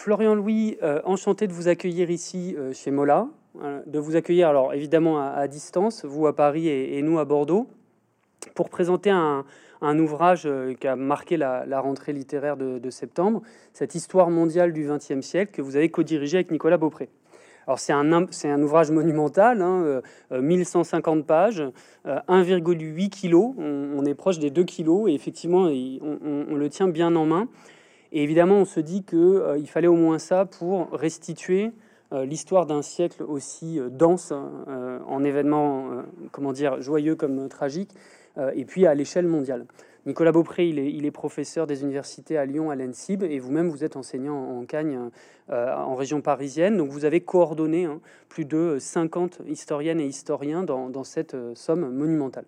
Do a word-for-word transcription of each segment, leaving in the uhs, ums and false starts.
Florian Louis, euh, enchanté de vous accueillir ici euh, chez Mola, euh, de vous accueillir alors évidemment à, à distance, vous à Paris et, et nous à Bordeaux, pour présenter un, un ouvrage euh, qui a marqué la, la rentrée littéraire de, de septembre, cette histoire mondiale du vingtième siècle que vous avez co-dirigé avec Nicolas Beaupré. Alors c'est un, c'est un ouvrage monumental, hein, euh, mille cent cinquante pages, euh, un virgule huit kilos, on, on est proche des deux kilos, et effectivement on, on, on le tient bien en main. Et évidemment, on se dit qu'il euh, fallait au moins ça pour restituer euh, l'histoire d'un siècle aussi euh, dense, euh, en événements, euh, comment dire, joyeux comme tragiques, euh, et puis à l'échelle mondiale. Nicolas Beaupré, il est, il est professeur des universités à Lyon, à l'E N S I B, et vous-même, vous êtes enseignant en Cagne, euh, en région parisienne. Donc, vous avez coordonné hein, plus de cinquante historiennes et historiens dans, dans cette euh, somme monumentale.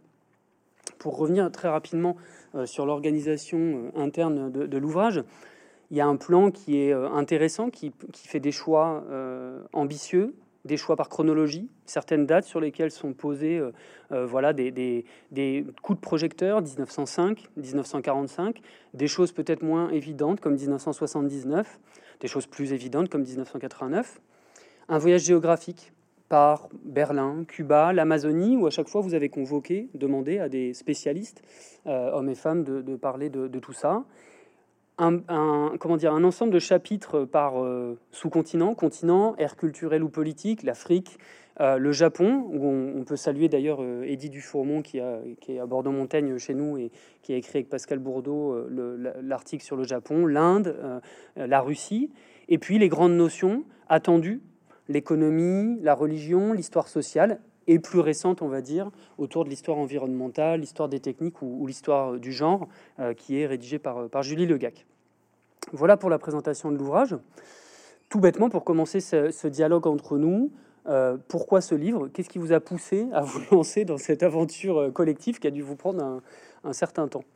Pour revenir très rapidement euh, sur l'organisation euh, interne de, de l'ouvrage, il y a un plan qui est euh, intéressant, qui, qui fait des choix euh, ambitieux, des choix par chronologie, certaines dates sur lesquelles sont posés euh, euh, voilà, des, des, des coups de projecteur, dix-neuf cent cinq, dix-neuf cent quarante-cinq, des choses peut-être moins évidentes comme dix-neuf cent soixante-dix-neuf, des choses plus évidentes comme dix-neuf cent quatre-vingt-neuf, un voyage géographique par Berlin, Cuba, l'Amazonie, où à chaque fois vous avez convoqué, demandé à des spécialistes, euh, hommes et femmes, de, de parler de, de tout ça. Un, un, comment dire, un ensemble de chapitres par euh, sous-continent, continent, ère culturelle ou politique, l'Afrique, euh, le Japon, où on, on peut saluer d'ailleurs euh, Eddie Dufourmont qui, a, qui est à Bordeaux-Montaigne chez nous et qui a écrit avec Pascal Bourdeau euh, le, l'article sur le Japon, l'Inde, euh, la Russie, et puis les grandes notions attendues, l'économie, la religion, l'histoire sociale, et plus récente, on va dire, autour de l'histoire environnementale, l'histoire des techniques ou, ou l'histoire du genre, euh, qui est rédigée par, par Julie Legac. Voilà pour la présentation de l'ouvrage. Tout bêtement, pour commencer ce, ce dialogue entre nous, euh, pourquoi ce livre? Qu'est-ce qui vous a poussé à vous lancer dans cette aventure collective qui a dû vous prendre un, un certain temps?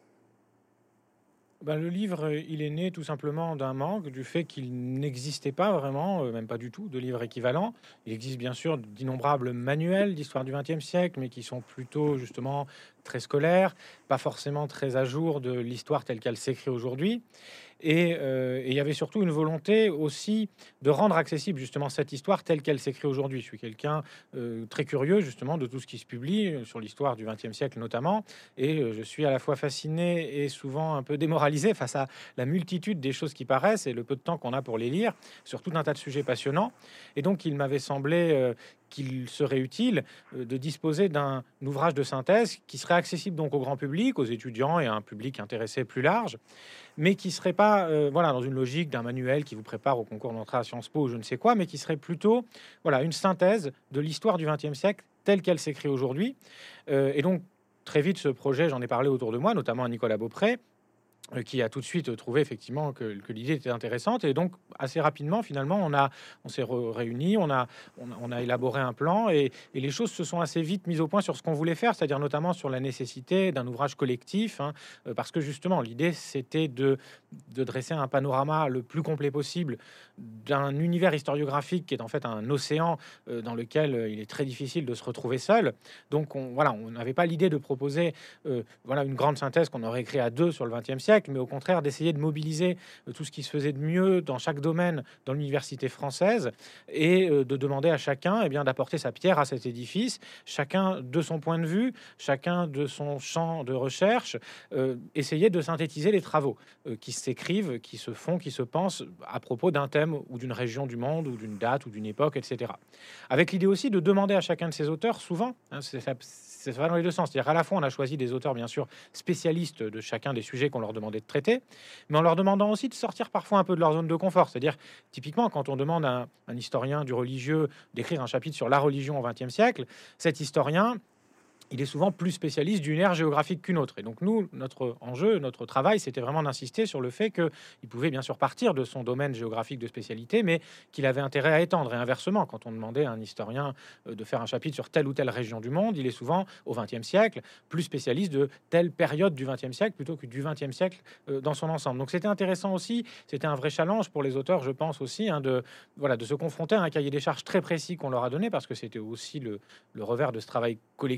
Ben, le livre, il est né tout simplement d'un manque, du fait qu'il n'existait pas vraiment, euh, même pas du tout, de livre équivalent. Il existe bien sûr d'innombrables manuels d'histoire du vingtième siècle, mais qui sont plutôt justement très scolaires, pas forcément très à jour de l'histoire telle qu'elle s'écrit aujourd'hui. Et euh, et il y avait surtout une volonté aussi de rendre accessible justement cette histoire telle qu'elle s'écrit aujourd'hui. Je suis quelqu'un euh, très curieux justement de tout ce qui se publie euh, sur l'histoire du vingtième siècle notamment, et euh, je suis à la fois fasciné et souvent un peu démoralisé face à la multitude des choses qui paraissent et le peu de temps qu'on a pour les lire, sur tout un tas de sujets passionnants. Et donc il m'avait semblé euh, qu'il serait utile euh, de disposer d'un ouvrage de synthèse qui serait accessible donc au grand public, aux étudiants et à un public intéressé plus large, mais qui serait pas euh, voilà, dans une logique d'un manuel qui vous prépare au concours d'entrée à Sciences Po ou je ne sais quoi, mais qui serait plutôt voilà, une synthèse de l'histoire du vingtième siècle telle qu'elle s'écrit aujourd'hui. Euh, et donc, très vite, ce projet, j'en ai parlé autour de moi, notamment à Nicolas Beaupré, euh, qui a tout de suite trouvé effectivement que, que l'idée était intéressante. Et donc, assez rapidement, finalement, on, a, on s'est re- réunis, on a, on, a- on a élaboré un plan et, et les choses se sont assez vite mises au point sur ce qu'on voulait faire, c'est-à-dire notamment sur la nécessité d'un ouvrage collectif, hein, euh, parce que justement, l'idée, c'était de, de dresser un panorama le plus complet possible d'un univers historiographique qui est en fait un océan euh, dans lequel euh, il est très difficile de se retrouver seul. Donc, on, voilà, on n'avait pas l'idée de proposer euh, voilà, une grande synthèse qu'on aurait créée à deux sur le vingtième siècle, mais au contraire d'essayer de mobiliser euh, tout ce qui se faisait de mieux dans chaque domaine dans l'université française et euh, de demander à chacun eh bien, d'apporter sa pierre à cet édifice, chacun de son point de vue, chacun de son champ de recherche, euh, essayer de synthétiser les travaux euh, qui s'écrivent, qui se font, qui se pensent à propos d'un thème ou d'une région du monde ou d'une date ou d'une époque, et cetera. Avec l'idée aussi de demander à chacun de ces auteurs, souvent, hein, c'est ça, c'est ça va dans les deux sens. C'est-à-dire à la fois on a choisi des auteurs bien sûr spécialistes de chacun des sujets qu'on leur demandait de traiter, mais en leur demandant aussi de sortir parfois un peu de leur zone de confort. C'est-à-dire typiquement quand on demande à un, un historien du religieux d'écrire un chapitre sur la religion au vingtième siècle, cet historien il est souvent plus spécialiste d'une aire géographique qu'une autre. Et donc nous, notre enjeu, notre travail, c'était vraiment d'insister sur le fait qu'il pouvait bien sûr partir de son domaine géographique de spécialité, mais qu'il avait intérêt à étendre. Et inversement, quand on demandait à un historien euh, de faire un chapitre sur telle ou telle région du monde, il est souvent, au vingtième siècle, plus spécialiste de telle période du vingtième siècle plutôt que du vingtième siècle euh, dans son ensemble. Donc c'était intéressant aussi, c'était un vrai challenge pour les auteurs, je pense aussi, hein, de, voilà, de se confronter à un cahier des charges très précis qu'on leur a donné, parce que c'était aussi le, le revers de ce travail collectif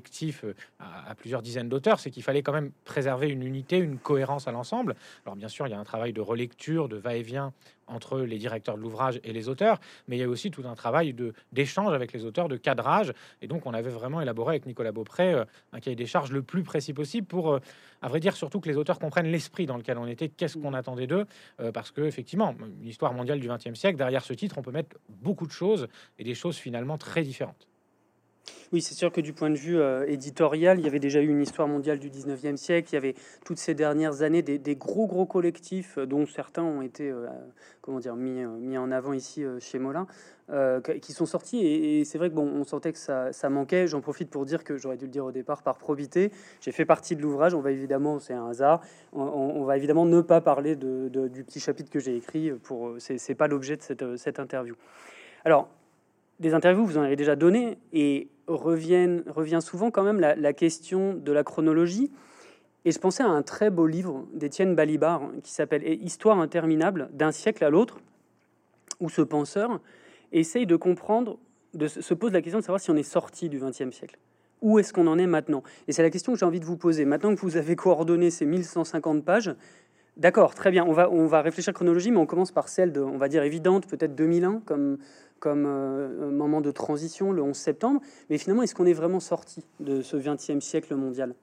relatif euh, à, à plusieurs dizaines d'auteurs, c'est qu'il fallait quand même préserver une unité, une cohérence à l'ensemble. Alors bien sûr, il y a un travail de relecture, de va-et-vient entre les directeurs de l'ouvrage et les auteurs, mais il y a aussi tout un travail de d'échange avec les auteurs, de cadrage. Et donc, on avait vraiment élaboré avec Nicolas Beaupré euh, un cahier des charges le plus précis possible pour, euh, à vrai dire, surtout que les auteurs comprennent l'esprit dans lequel on était, qu'est-ce qu'on attendait d'eux, euh, parce que effectivement, l'histoire mondiale du vingtième siècle, derrière ce titre, on peut mettre beaucoup de choses et des choses finalement très différentes. Oui, c'est sûr que du point de vue euh, éditorial, il y avait déjà eu une histoire mondiale du dix-neuvième siècle. Il y avait toutes ces dernières années des, des gros gros collectifs, euh, dont certains ont été euh, comment dire mis, euh, mis en avant ici euh, chez Molin, euh, qui qui sont sortis. Et, et c'est vrai que bon, on sentait que ça, ça manquait. J'en profite pour dire que j'aurais dû le dire au départ par probité. J'ai fait partie de l'ouvrage. On va évidemment, c'est un hasard. On, on- on va évidemment ne pas parler de, de- du petit chapitre que j'ai écrit. Pour euh, c'est c'est pas l'objet de cette, euh, cette interview. Alors, des interviews, vous en avez déjà donné, et reviennent, revient souvent quand même la, la question de la chronologie. Et je pensais à un très beau livre d'Étienne Balibar qui s'appelle Histoire interminable d'un siècle à l'autre, où ce penseur essaye de comprendre, de se se pose la question de savoir si on est sorti du vingtième siècle. Où est-ce qu'on en est maintenant? Et c'est la question que j'ai envie de vous poser. Maintenant que vous avez coordonné ces mille cent cinquante pages, d'accord, très bien, on va, on va réfléchir chronologie, mais on commence par celle de, on va dire, évidente, peut-être deux mille un, comme, comme euh, moment de transition, le onze septembre. Mais finalement, est-ce qu'on est vraiment sorti de ce vingtième siècle mondial?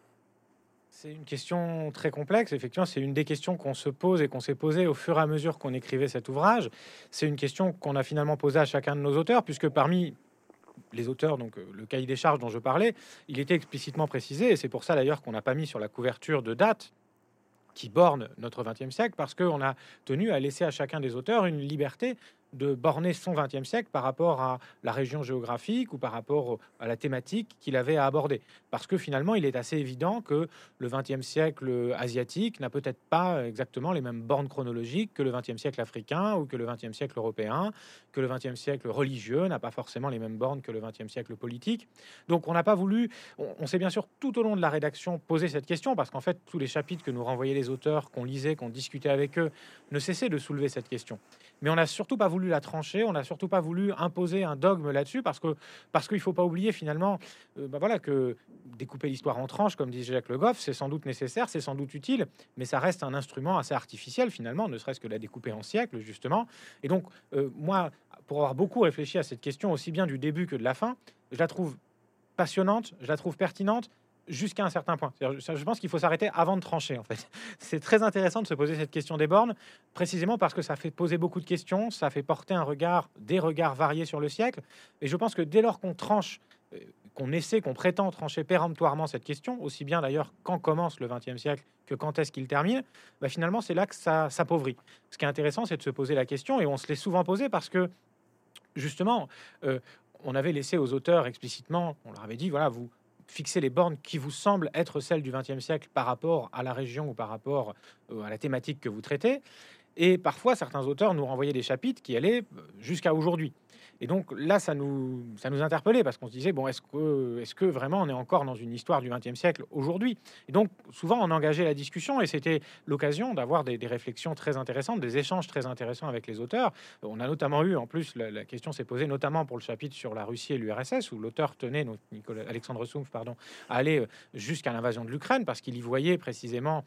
C'est une question très complexe. Effectivement, c'est une des questions qu'on se pose et qu'on s'est posé au fur et à mesure qu'on écrivait cet ouvrage. C'est une question qu'on a finalement posée à chacun de nos auteurs, puisque parmi les auteurs, donc euh, le cahier des charges dont je parlais, il était explicitement précisé, et c'est pour ça d'ailleurs qu'on n'a pas mis sur la couverture de date qui borne notre vingtième siècle, parce qu'on a tenu à laisser à chacun des auteurs une liberté de borner son vingtième siècle par rapport à la région géographique ou par rapport au- à la thématique qu'il avait à aborder. Parce que finalement, il est assez évident que le vingtième siècle asiatique n'a peut-être pas exactement les mêmes bornes chronologiques que le vingtième siècle africain ou que le vingtième siècle européen, que le vingtième siècle religieux n'a pas forcément les mêmes bornes que le vingtième siècle politique. Donc on n'a pas voulu, on, on s'est bien sûr tout au long de la rédaction posé cette question, parce qu'en fait, tous les chapitres que nous renvoyaient les auteurs, qu'on lisait, qu'on discutait avec eux, ne cessaient de soulever cette question. Mais on n'a surtout pas voulu la trancher, on n'a surtout pas voulu imposer un dogme là-dessus, parce que parce qu'il faut pas oublier finalement, euh, bah voilà, que découper l'histoire en tranches, comme dit Jacques Le Goff, c'est sans doute nécessaire, c'est sans doute utile, mais ça reste un instrument assez artificiel finalement, ne serait-ce que la découper en siècles justement. Et donc euh, moi, pour avoir beaucoup réfléchi à cette question, aussi bien du début que de la fin, je la trouve passionnante, je la trouve pertinente jusqu'à un certain point. C'est-à-dire, Je je pense qu'il faut s'arrêter avant de trancher, en fait. C'est très intéressant de se poser cette question des bornes, précisément parce que ça fait poser beaucoup de questions, ça fait porter un regard, des regards variés sur le siècle. Et je pense que dès lors qu'on tranche, euh, qu'on essaie, qu'on prétend trancher péremptoirement cette question, aussi bien d'ailleurs quand commence le vingtième siècle que quand est-ce qu'il termine, bah finalement c'est là que ça s'appauvrit. Ce qui est intéressant, c'est de se poser la question, et on se l'est souvent posé parce que justement, euh, on avait laissé aux auteurs explicitement, on leur avait dit, voilà, vous fixez les bornes qui vous semblent être celles du vingtième siècle par rapport à la région ou par rapport euh, à la thématique que vous traitez. Et parfois, certains auteurs nous renvoyaient des chapitres qui allaient euh, jusqu'à aujourd'hui. Et donc là, ça nous, ça nous interpellait parce qu'on se disait, bon, est-ce que, est-ce que vraiment on est encore dans une histoire du vingtième siècle aujourd'hui? Et donc, souvent, on engageait la discussion, et c'était l'occasion d'avoir des, des réflexions très intéressantes, des échanges très intéressants avec les auteurs. On a notamment eu, en plus, la, la question s'est posée notamment pour le chapitre sur la Russie et l'U R S S, où l'auteur tenait, donc Nicolas, Alexandre Soumpf, pardon, à aller euh, jusqu'à l'invasion de l'Ukraine, parce qu'il y voyait précisément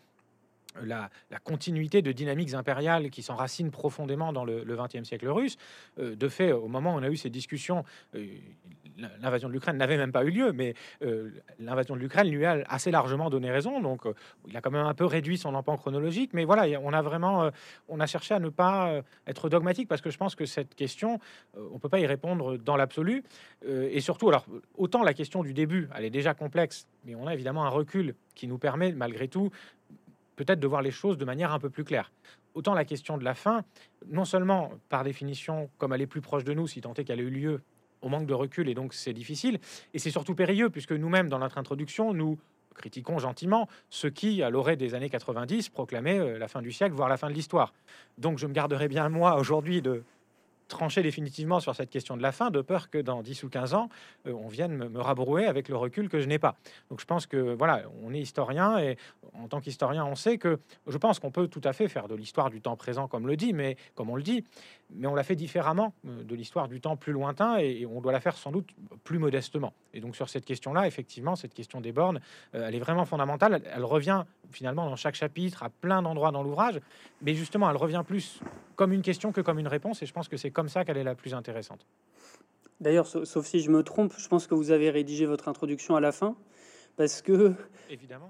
la, la continuité de dynamiques impériales qui s'enracinent profondément dans le vingtième siècle russe. Euh, de fait, au moment où on a eu ces discussions, euh, l'invasion de l'Ukraine n'avait même pas eu lieu, mais euh, l'invasion de l'Ukraine lui a assez largement donné raison. Donc, euh, il a quand même un peu réduit son empan chronologique. Mais voilà, on a vraiment, euh, on a cherché à ne pas euh, être dogmatique, parce que je pense que cette question, euh, on peut pas y répondre dans l'absolu. Euh, et surtout, alors, autant la question du début, elle est déjà complexe, mais on a évidemment un recul qui nous permet, malgré tout, peut-être de voir les choses de manière un peu plus claire. Autant la question de la fin, non seulement par définition, comme elle est plus proche de nous, si tant est qu'elle a eu lieu, on manque de recul et donc c'est difficile. Et c'est surtout périlleux, puisque nous-mêmes, dans notre introduction, nous critiquons gentiment ceux qui, à l'orée des années quatre-vingt-dix, proclamaient euh, la fin du siècle, voire la fin de l'histoire. Donc je me garderai bien, moi, aujourd'hui, de trancher définitivement sur cette question de la fin, de peur que dans dix ou quinze ans, euh, on vienne me, me rabrouer avec le recul que je n'ai pas. Donc je pense que voilà, on est historien et en tant qu'historien, on sait que je pense qu'on peut tout à fait faire de l'histoire du temps présent comme le dit, mais comme on le dit, mais on la fait différemment euh, de l'histoire du temps plus lointain et, et on doit la faire sans doute plus modestement. Et donc sur cette question-là, effectivement, cette question des bornes, euh, elle est vraiment fondamentale. Elle, elle revient finalement dans chaque chapitre, à plein d'endroits dans l'ouvrage, mais justement, elle revient plus comme une question que comme une réponse, et je pense que c'est comme ça qu'elle est la plus intéressante. D'ailleurs, sa- sauf si je me trompe, je pense que vous avez rédigé votre introduction à la fin, parce que Évidemment.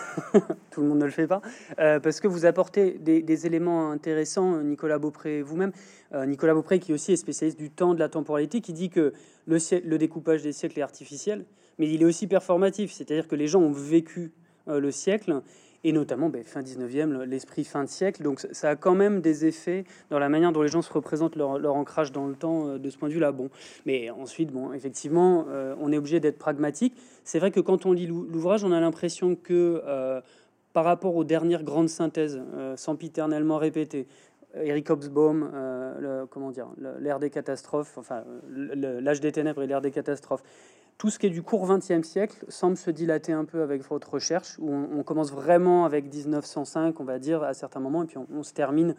tout le monde ne le fait pas, euh, parce que vous apportez des, des éléments intéressants, Nicolas Beaupré vous-même, euh, Nicolas Beaupré qui aussi est spécialiste du temps, de la temporalité, qui dit que le, siè- le découpage des siècles est artificiel, mais il est aussi performatif, c'est-à-dire que les gens ont vécu euh, le siècle, et notamment ben, fin dix-neuvième, le- l'esprit fin de siècle, donc ça ça a quand même des effets dans la manière dont les gens se représentent leur, leur ancrage dans le temps euh, de ce point de vue-là. Bon, mais ensuite, bon, effectivement, euh, on est obligé d'être pragmatique. C'est vrai que quand on lit l'ou- l'ouvrage, on a l'impression que euh, par rapport aux dernières grandes synthèses, euh, sempiternellement répétées, euh, Eric Hobsbawm, euh, le- comment dire, le- l'ère des catastrophes, enfin le- le- l'âge des ténèbres et l'ère des catastrophes, tout ce qui est du court vingtième siècle semble se dilater un peu avec votre recherche, où on, on commence vraiment avec dix-neuf cent cinq, on va dire, à certains moments, et puis on, on se termine,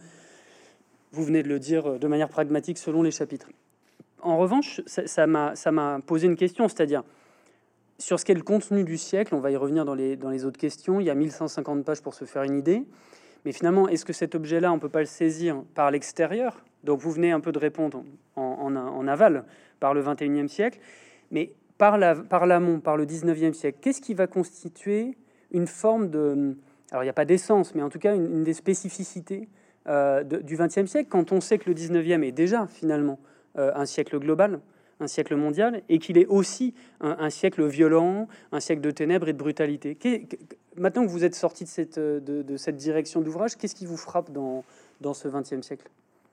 vous venez de le dire, de manière pragmatique selon les chapitres. En revanche, ça ça m'a ça m'a posé une question, c'est-à-dire, sur ce qu'est le contenu du siècle, on va y revenir dans les, dans les autres questions, il y a mille cent cinquante pages pour se faire une idée, mais finalement, est-ce que cet objet-là, on ne peut pas le saisir par l'extérieur? Donc vous venez un peu de répondre en, en, en aval par le vingt et unième siècle, mais par la, par l'amont, par le dix-neuvième siècle, qu'est-ce qui va constituer une forme de... Alors il n'y a pas d'essence, mais en tout cas une, une des spécificités euh, de- du vingtième siècle, quand on sait que le dix-neuvième est déjà finalement euh, un siècle global, un siècle mondial, et qu'il est aussi un, un siècle violent, un siècle de ténèbres et de brutalité. Qu'est- que- maintenant que vous êtes sorti de cette, de, de cette direction d'ouvrage, qu'est-ce qui vous frappe dans, dans ce vingtième siècle?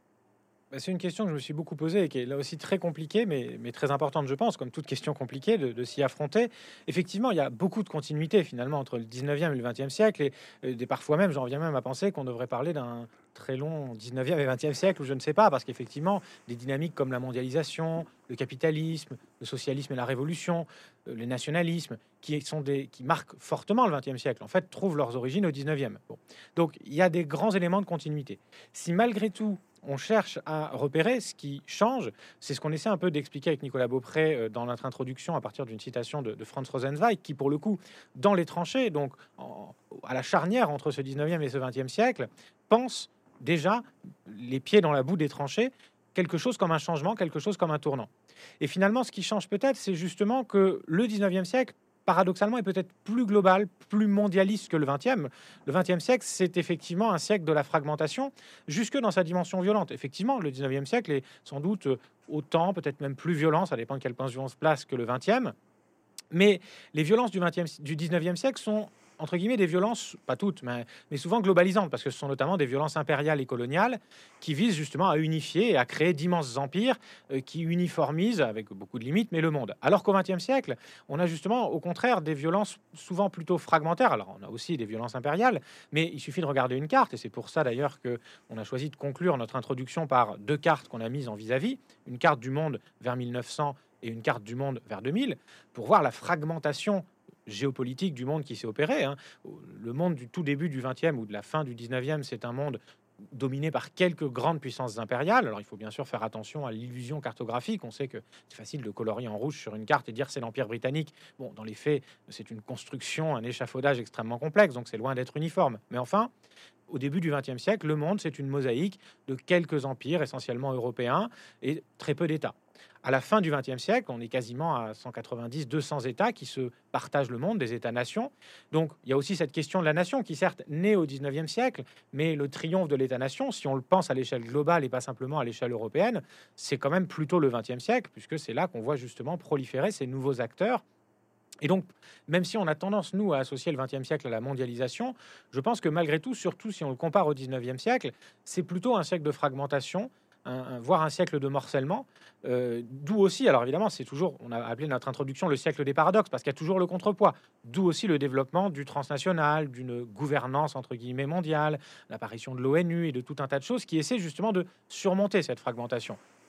Bah, c'est une question que je me suis beaucoup posée et qui est là aussi très compliquée, mais, mais très importante, je pense, comme toute question compliquée, de, de s'y affronter. Effectivement, il y a beaucoup de continuité finalement entre le dix-neuvième et le vingtième siècle, et euh, des, parfois même, j'en viens même à penser qu'on devrait parler d'un très long dix-neuvième et vingtième siècle, ou je ne sais pas, parce qu'effectivement, des dynamiques comme la mondialisation, le capitalisme, le socialisme et la révolution, euh, les nationalismes, qui, sont des, qui marquent fortement le vingtième siècle, en fait, trouvent leurs origines au dix-neuvième. Bon. Donc, il y a des grands éléments de continuité. Si malgré tout, on cherche à repérer ce qui change. C'est ce qu'on essaie un peu d'expliquer avec Nicolas Beaupré euh, dans notre introduction à partir d'une citation de, de Franz Rosenzweig, qui pour le coup, dans les tranchées, donc en- à la charnière entre ce dix-neuvième et ce vingtième siècle, pense déjà les pieds dans la boue des tranchées, quelque chose comme un changement, quelque chose comme un tournant. Et finalement, ce qui change peut-être, c'est justement que le dix-neuvième siècle, paradoxalement, est peut-être plus global, plus mondialiste que le vingtième. Le vingtième siècle, c'est effectivement un siècle de la fragmentation, jusque dans sa dimension violente. Effectivement, le dix-neuvième siècle est sans doute euh, autant, peut-être même plus violent, ça dépend de quel point on se place, que le vingtième. Mais les violences du vingtième, du dix-neuvième siècle sont entre guillemets des violences, pas toutes, mais, mais souvent globalisantes, parce que ce sont notamment des violences impériales et coloniales qui visent justement à unifier et à créer d'immenses empires euh, qui uniformisent, avec beaucoup de limites, mais le monde. Alors qu'au vingtième siècle, on a justement au contraire des violences souvent plutôt fragmentaires. Alors on a aussi des violences impériales, mais il suffit de regarder une carte, et c'est pour ça d'ailleurs que on a choisi de conclure notre introduction par deux cartes qu'on a mises en vis-à-vis, une carte du monde vers mille neuf cents et une carte du monde vers deux mille, pour voir la fragmentation géopolitique du monde qui s'est opéré. Hein. Le monde du tout début du vingtième ou de la fin du dix-neuvième, c'est un monde dominé par quelques grandes puissances impériales. Alors il faut bien sûr faire attention à l'illusion cartographique. On sait que c'est facile de colorier en rouge sur une carte et dire c'est l'Empire britannique. Bon, dans les faits, c'est une construction, un échafaudage extrêmement complexe, donc c'est loin d'être uniforme. Mais enfin, au début du vingtième siècle, le monde, c'est une mosaïque de quelques empires, essentiellement européens, et très peu d'États. À la fin du vingtième siècle, on est quasiment à cent quatre-vingt-dix, deux cents États qui se partagent le monde, des États-nations. Donc, il y a aussi cette question de la nation qui, certes, naît au dix-neuvième siècle, mais le triomphe de l'État-nation, si on le pense à l'échelle globale et pas simplement à l'échelle européenne, c'est quand même plutôt le vingtième siècle, puisque c'est là qu'on voit justement proliférer ces nouveaux acteurs. Et donc, même si on a tendance, nous, à associer le vingtième siècle à la mondialisation, je pense que malgré tout, surtout si on le compare au dix-neuvième siècle, c'est plutôt un siècle de fragmentation, un- un- voire un siècle de morcellement. Euh, d'où aussi, alors évidemment, c'est toujours, on a appelé notre introduction le siècle des paradoxes, parce qu'il y a toujours le contrepoids. D'où aussi le développement du transnational, d'une gouvernance, entre guillemets, mondiale, l'apparition de l'O N U et de tout un tas de choses qui essaient justement de surmonter cette fragmentation.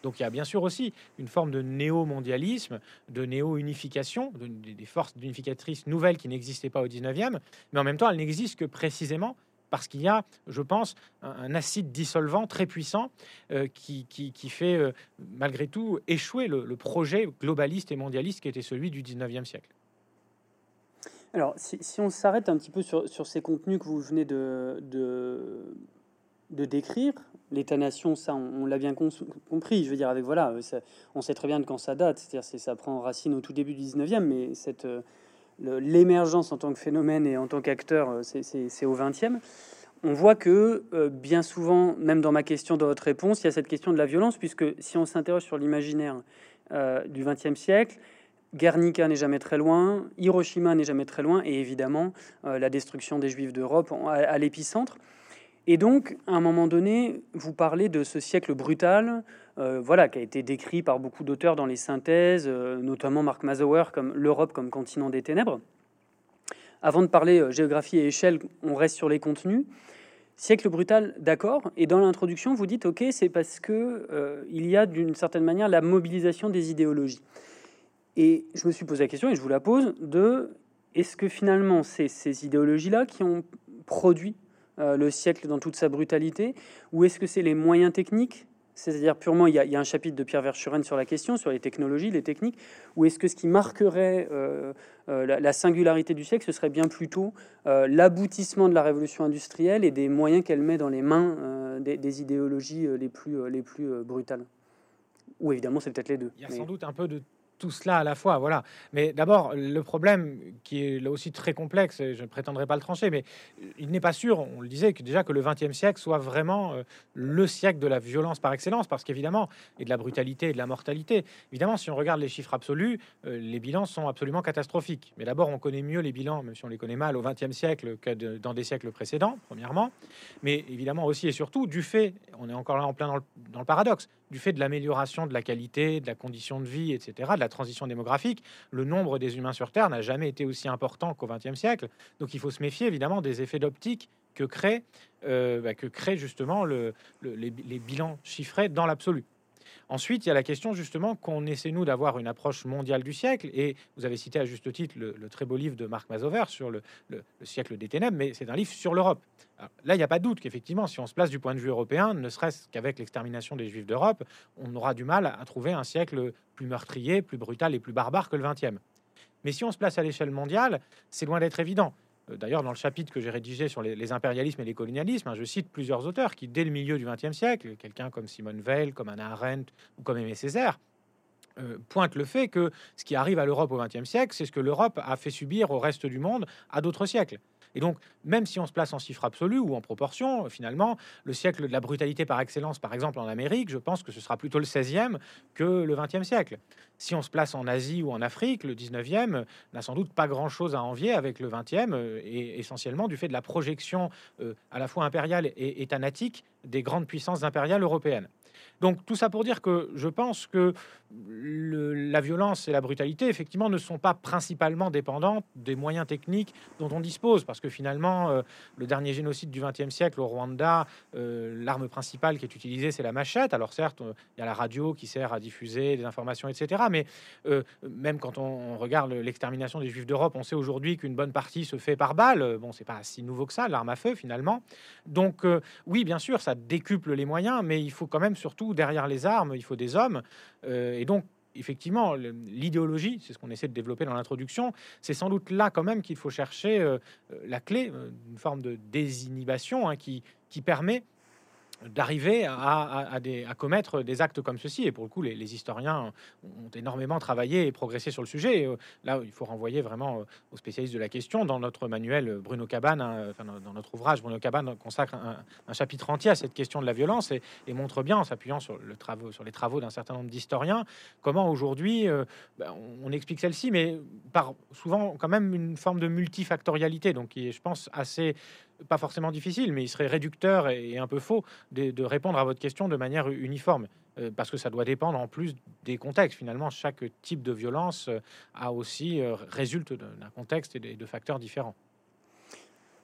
Donc il y a bien sûr aussi une forme de néo-mondialisme, de néo-unification, de- des des forces unificatrices nouvelles qui n'existaient pas au dix-neuvième, mais en même temps, elles n'existent que précisément parce qu'il y a, je pense, un, un acide dissolvant très puissant euh, qui, qui- qui fait, euh, malgré tout, échouer le, le projet globaliste et mondialiste qui était celui du dix-neuvième siècle. Alors, si, si on s'arrête un petit peu sur, sur ces contenus que vous venez de, de, de décrire, l'État-nation, ça, on, on l'a bien cons- compris. Je veux dire, avec voilà, euh, ça- on sait très bien de quand ça date. C'est-à-dire, c'est, ça prend racine au tout début du dix-neuvième, mais cette, euh, le- l'émergence en tant que phénomène et en tant qu'acteur, euh, c'est, c'est, c'est au vingtième. On voit que euh, bien souvent, même dans ma question, dans votre réponse, il y a cette question de la violence, puisque si on s'interroge sur l'imaginaire euh, du vingtième siècle, Guernica n'est jamais très loin, Hiroshima n'est jamais très loin, et évidemment euh, la destruction des Juifs d'Europe à, à l'épicentre. Et donc, à un moment donné, vous parlez de ce siècle brutal, euh, voilà, qui a été décrit par beaucoup d'auteurs dans les synthèses, euh, notamment Mark Mazauer, comme l'Europe comme continent des ténèbres. Avant de parler euh, géographie et échelle, on reste sur les contenus. Siècle brutal, d'accord. Et dans l'introduction, vous dites, ok, c'est parce que euh, il y a d'une certaine manière la mobilisation des idéologies. Et je me suis posé la question, et je vous la pose, de est-ce que finalement c'est ces idéologies-là qui ont produit euh, le siècle dans toute sa brutalité, ou est-ce que c'est les moyens techniques, c'est-à-dire purement, il y, a, il y a un chapitre de Pierre Verschuren sur la question, sur les technologies, les techniques, ou est-ce que ce qui marquerait euh, euh, la, la singularité du siècle, ce serait bien plutôt euh, l'aboutissement de la révolution industrielle et des moyens qu'elle met dans les mains euh, des, des idéologies euh, les plus, euh, les plus euh, brutales. Ou évidemment, c'est peut-être les deux. Il y a sans Mais... doute un peu de tout cela à la fois, voilà. Mais d'abord, le problème qui est là aussi très complexe, et je ne prétendrai pas le trancher, mais il n'est pas sûr, on le disait, que déjà que le vingtième siècle soit vraiment euh, le siècle de la violence par excellence, parce qu'évidemment, et de la brutalité et de la mortalité. Évidemment, si on regarde les chiffres absolus, euh, les bilans sont absolument catastrophiques. Mais d'abord, on connaît mieux les bilans, même si on les connaît mal, au vingtième siècle que de- dans des siècles précédents, premièrement. Mais évidemment aussi et surtout du fait, on est encore là en plein dans le, dans le paradoxe, du fait de l'amélioration de la qualité, de la condition de vie, et cetera, de la transition démographique, le nombre des humains sur Terre n'a jamais été aussi important qu'au vingtième siècle. Donc il faut se méfier évidemment des effets d'optique que crée, euh, bah, que crée justement le- le- les, les bilans chiffrés dans l'absolu. Ensuite, il y a la question justement qu'on essaie nous d'avoir une approche mondiale du siècle. Et vous avez cité à juste titre le, le très beau livre de Marc Mazover sur le, le- le siècle des ténèbres, mais c'est un livre sur l'Europe. Alors là, il n'y a pas de doute qu'effectivement, si on se place du point de vue européen, ne serait-ce qu'avec l'extermination des Juifs d'Europe, on aura du mal à trouver un siècle plus meurtrier, plus brutal et plus barbare que le vingtième. Mais si on se place à l'échelle mondiale, c'est loin d'être évident. Euh, D'ailleurs, dans le chapitre que j'ai rédigé sur les, les impérialismes et les colonialismes, hein, je cite plusieurs auteurs qui, dès le milieu du vingtième siècle, quelqu'un comme Simone Weil, comme Hannah Arendt ou comme Aimé Césaire, euh, pointent le fait que ce qui arrive à l'Europe au vingtième siècle, c'est ce que l'Europe a fait subir au reste du monde à d'autres siècles. Et donc, même si on se place en chiffre absolu ou en proportion, finalement, le siècle de la brutalité par excellence, par exemple en Amérique, je pense que ce sera plutôt le seizième que le vingtième siècle. Si on se place en Asie ou en Afrique, le dix-neuvième n'a sans doute pas grand-chose à envier avec le vingtième, euh, et essentiellement du fait de la projection euh, à la fois impériale et étanatique des grandes puissances impériales européennes. Donc tout ça pour dire que je pense que le- la violence et la brutalité, effectivement, ne sont pas principalement dépendantes des moyens techniques dont on dispose, parce que finalement, euh, le dernier génocide du vingtième siècle au Rwanda, euh, l'arme principale qui est utilisée, c'est la machette. Alors certes, euh, il y a la radio qui sert à diffuser des informations, et cetera. Mais euh, même quand on, on regarde l'extermination des Juifs d'Europe, on sait aujourd'hui qu'une bonne partie se fait par balle. Bon, c'est pas si nouveau que ça, l'arme à feu, finalement. Donc euh, oui, bien sûr, ça décuple les moyens, mais il faut quand même surtout, derrière les armes, il faut des hommes. Euh, et donc, effectivement, le- l'idéologie, c'est ce qu'on essaie de développer dans l'introduction, c'est sans doute là quand même qu'il faut chercher euh, euh, la clé, euh, une forme de désinhibition hein, qui, qui permet d'arriver à, à- à des- à commettre des actes comme ceci. Et pour le coup, les, les historiens ont énormément travaillé et progressé sur le sujet. Et, euh, là, il faut renvoyer vraiment euh, aux spécialistes de la question. Dans notre manuel, euh, Bruno Cabane, hein, enfin, dans, dans notre ouvrage, Bruno Cabane consacre un, un chapitre entier à cette question de la violence et, et montre bien, en s'appuyant sur, le travaux, sur les travaux d'un certain nombre d'historiens, comment aujourd'hui, euh, ben, on, on explique celle-ci, mais par souvent quand même une forme de multifactorialité, donc qui est, je pense, assez, pas forcément difficile, mais il serait réducteur et, et un peu faux de, de répondre à votre question de manière uniforme, euh, parce que ça doit dépendre en plus des contextes. Finalement, chaque type de violence euh, a aussi euh, résulte de- d'un contexte et de, de facteurs différents.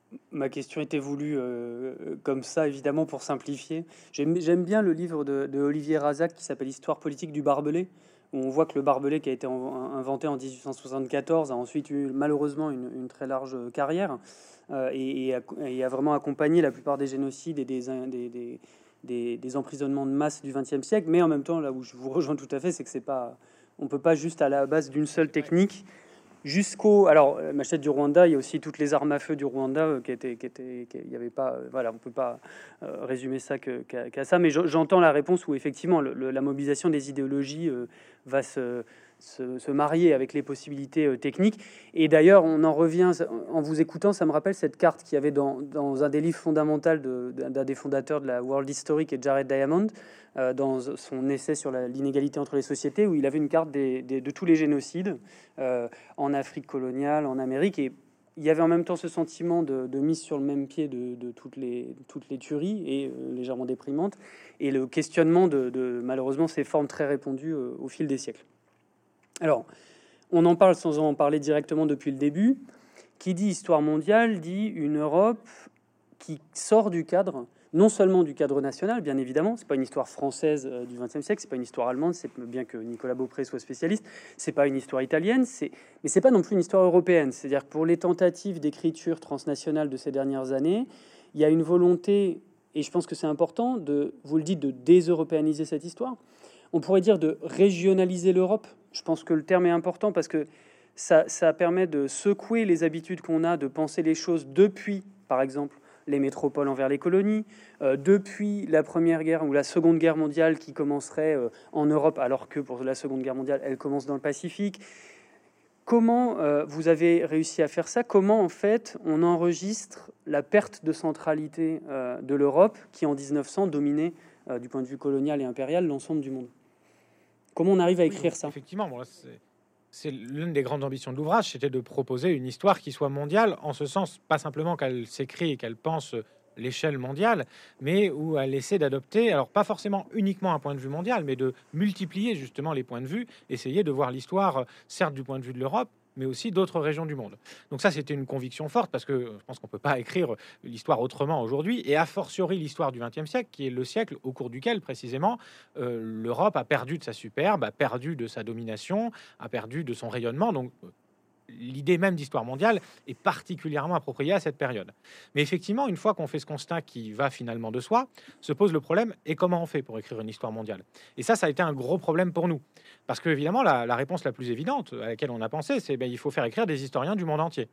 Ma question était voulue euh, comme ça, évidemment, pour simplifier. J'aime j'aime bien le livre de, de Olivier Razac qui s'appelle Histoire politique du barbelé, où on voit que le barbelé qui a été en- inventé en mille huit cent soixante-quatorze a ensuite eu malheureusement une, une très large carrière euh, et, et a, et a vraiment accompagné la plupart des génocides et des, des, des, des- des emprisonnements de masse du XXe siècle. Mais en même temps, là où je vous rejoins tout à fait, c'est que c'est pas, on peut pas juste à la base d'une seule technique jusqu'au. Alors, euh, Machette du Rwanda, il y a aussi toutes les armes à feu du Rwanda euh, qui étaient, qui étaient, qui- il y avait pas, euh, voilà, on peut pas euh, résumer ça que- qu'à qu'à ça, mais je- j'entends la réponse où effectivement le- le- la mobilisation des idéologies euh, va se, se, se marier avec les possibilités euh, techniques. Et d'ailleurs, on en revient en vous écoutant, ça me rappelle cette carte qu'il y avait dans, dans un des livres fondamentaux de- d'un des fondateurs de la World History, qui est Jared Diamond, euh, dans son essai sur la- l'inégalité entre les sociétés, où il avait une carte des- des- de tous les génocides. euh, en Afrique coloniale, en Amérique, et il y avait en même temps ce sentiment de, de mise sur le même pied de, de toutes, les, toutes les tueries, et euh, légèrement déprimante, et le questionnement de, de, malheureusement ces formes très répandues euh, au fil des siècles. Alors, on en parle sans en parler directement depuis le début. Qui dit histoire mondiale dit une Europe qui sort du cadre, non seulement du cadre national, bien évidemment, c'est pas une histoire française euh, du XXe siècle, c'est pas une histoire allemande, c'est bien que Nicolas Beaupré soit spécialiste, c'est pas une histoire italienne, c'est, mais c'est pas non plus une histoire européenne. C'est-à-dire que pour les tentatives d'écriture transnationale de ces dernières années, il y a une volonté, et je pense que c'est important, de, vous le dites, de déseuropéaniser cette histoire. On pourrait dire de régionaliser l'Europe. Je pense que le terme est important parce que ça, ça permet de secouer les habitudes qu'on a de penser les choses depuis, par exemple, les métropoles envers les colonies, euh, depuis la Première Guerre ou la Seconde Guerre mondiale qui commencerait euh, en Europe, alors que pour la Seconde Guerre mondiale, elle commence dans le Pacifique. Comment euh, vous avez réussi à faire ça? Comment, en fait, on enregistre la perte de centralité euh, de l'Europe qui, en mille neuf cents, dominait, euh, du point de vue colonial et impérial, l'ensemble du monde? Comment on arrive à Oui, donc écrire ça? effectivement, bon, là, c'est c'est l'une des grandes ambitions de l'ouvrage, c'était de proposer une histoire qui soit mondiale, en ce sens, pas simplement qu'elle s'écrit et qu'elle pense l'échelle mondiale, mais où elle essaie d'adopter, alors pas forcément uniquement un point de vue mondial, mais de multiplier justement les points de vue, essayer de voir l'histoire, euh, certes du point de vue de l'Europe, mais aussi d'autres régions du monde. Donc ça, c'était une conviction forte, parce que euh, je pense qu'on peut pas écrire l'histoire autrement aujourd'hui, et a fortiori l'histoire du XXe siècle, qui est le siècle au cours duquel, précisément, euh, l'Europe a perdu de sa superbe, a perdu de sa domination, a perdu de son rayonnement. Donc, euh, l'idée même d'histoire mondiale est particulièrement appropriée à cette période. Mais effectivement, une fois qu'on fait ce constat qui va finalement de soi, se pose le problème, et comment on fait pour écrire une histoire mondiale? Et ça, ça a été un gros problème pour nous. Parce que, évidemment, la, la réponse la plus évidente à laquelle on a pensé, c'est ben, il faut faire écrire des historiens du monde entier.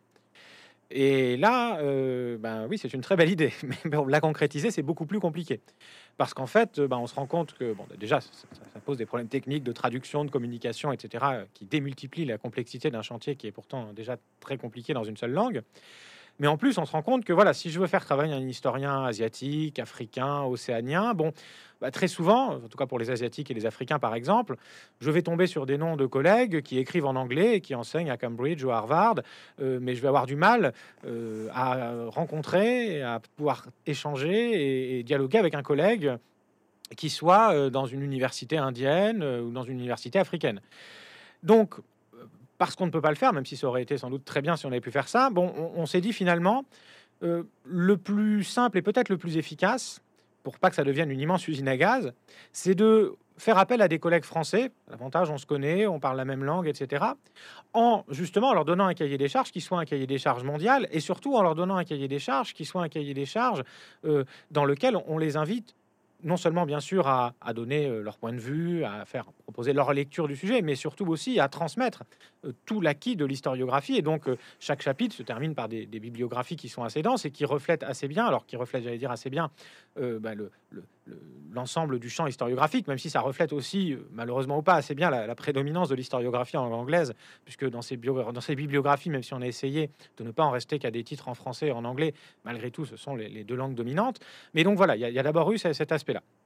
Et là, euh, ben oui, c'est une très belle idée, mais bon, la concrétiser, c'est beaucoup plus compliqué. Parce qu'en fait, euh, ben, on se rend compte que, bon, déjà, ça, ça- ça pose des problèmes techniques de traduction, de communication, et cetera, euh, qui démultiplient la complexité d'un chantier qui est pourtant déjà très compliqué dans une seule langue. Mais en plus, on se rend compte que voilà, si je veux faire travailler un historien asiatique, africain, océanien, bon, bah, très souvent, en tout cas pour les asiatiques et les africains par exemple, je vais tomber sur des noms de collègues qui écrivent en anglais et qui enseignent à Cambridge ou à Harvard, euh, mais je vais avoir du mal euh, à rencontrer, à pouvoir échanger et, et dialoguer avec un collègue qui soit euh, dans une université indienne euh, ou dans une université africaine. Donc, euh, parce qu'on ne peut pas le faire, même si ça aurait été sans doute très bien si on avait pu faire ça, bon, on, on s'est dit finalement, euh, le plus simple et peut-être le plus efficace, pour pas que ça devienne une immense usine à gaz, c'est de faire appel à des collègues français. L'avantage, on se connaît, on parle la même langue, et cetera. En justement en leur donnant un cahier des charges qui soit un cahier des charges mondial, et surtout en leur donnant un cahier des charges qui soit un cahier des charges euh, dans lequel on les invite non seulement bien sûr à, à donner euh, leur point de vue, à faire proposer leur lecture du sujet, mais surtout aussi à transmettre euh, tout l'acquis de l'historiographie. Et donc euh, chaque chapitre se termine par des, des bibliographies qui sont assez denses et qui reflètent assez bien, alors qui reflètent, j'allais dire assez bien, euh, bah, le, le- le- l'ensemble du champ historiographique, même si ça reflète aussi, euh, malheureusement ou pas, assez bien la, la prédominance de l'historiographie en langue anglaise, puisque dans ces, bio- dans ces bibliographies, même si on a essayé de ne pas en rester qu'à des titres en français et en anglais, malgré tout, ce sont les, les deux langues dominantes. Mais donc voilà, il y a, il y a d'abord eu ce- cet aspect-là.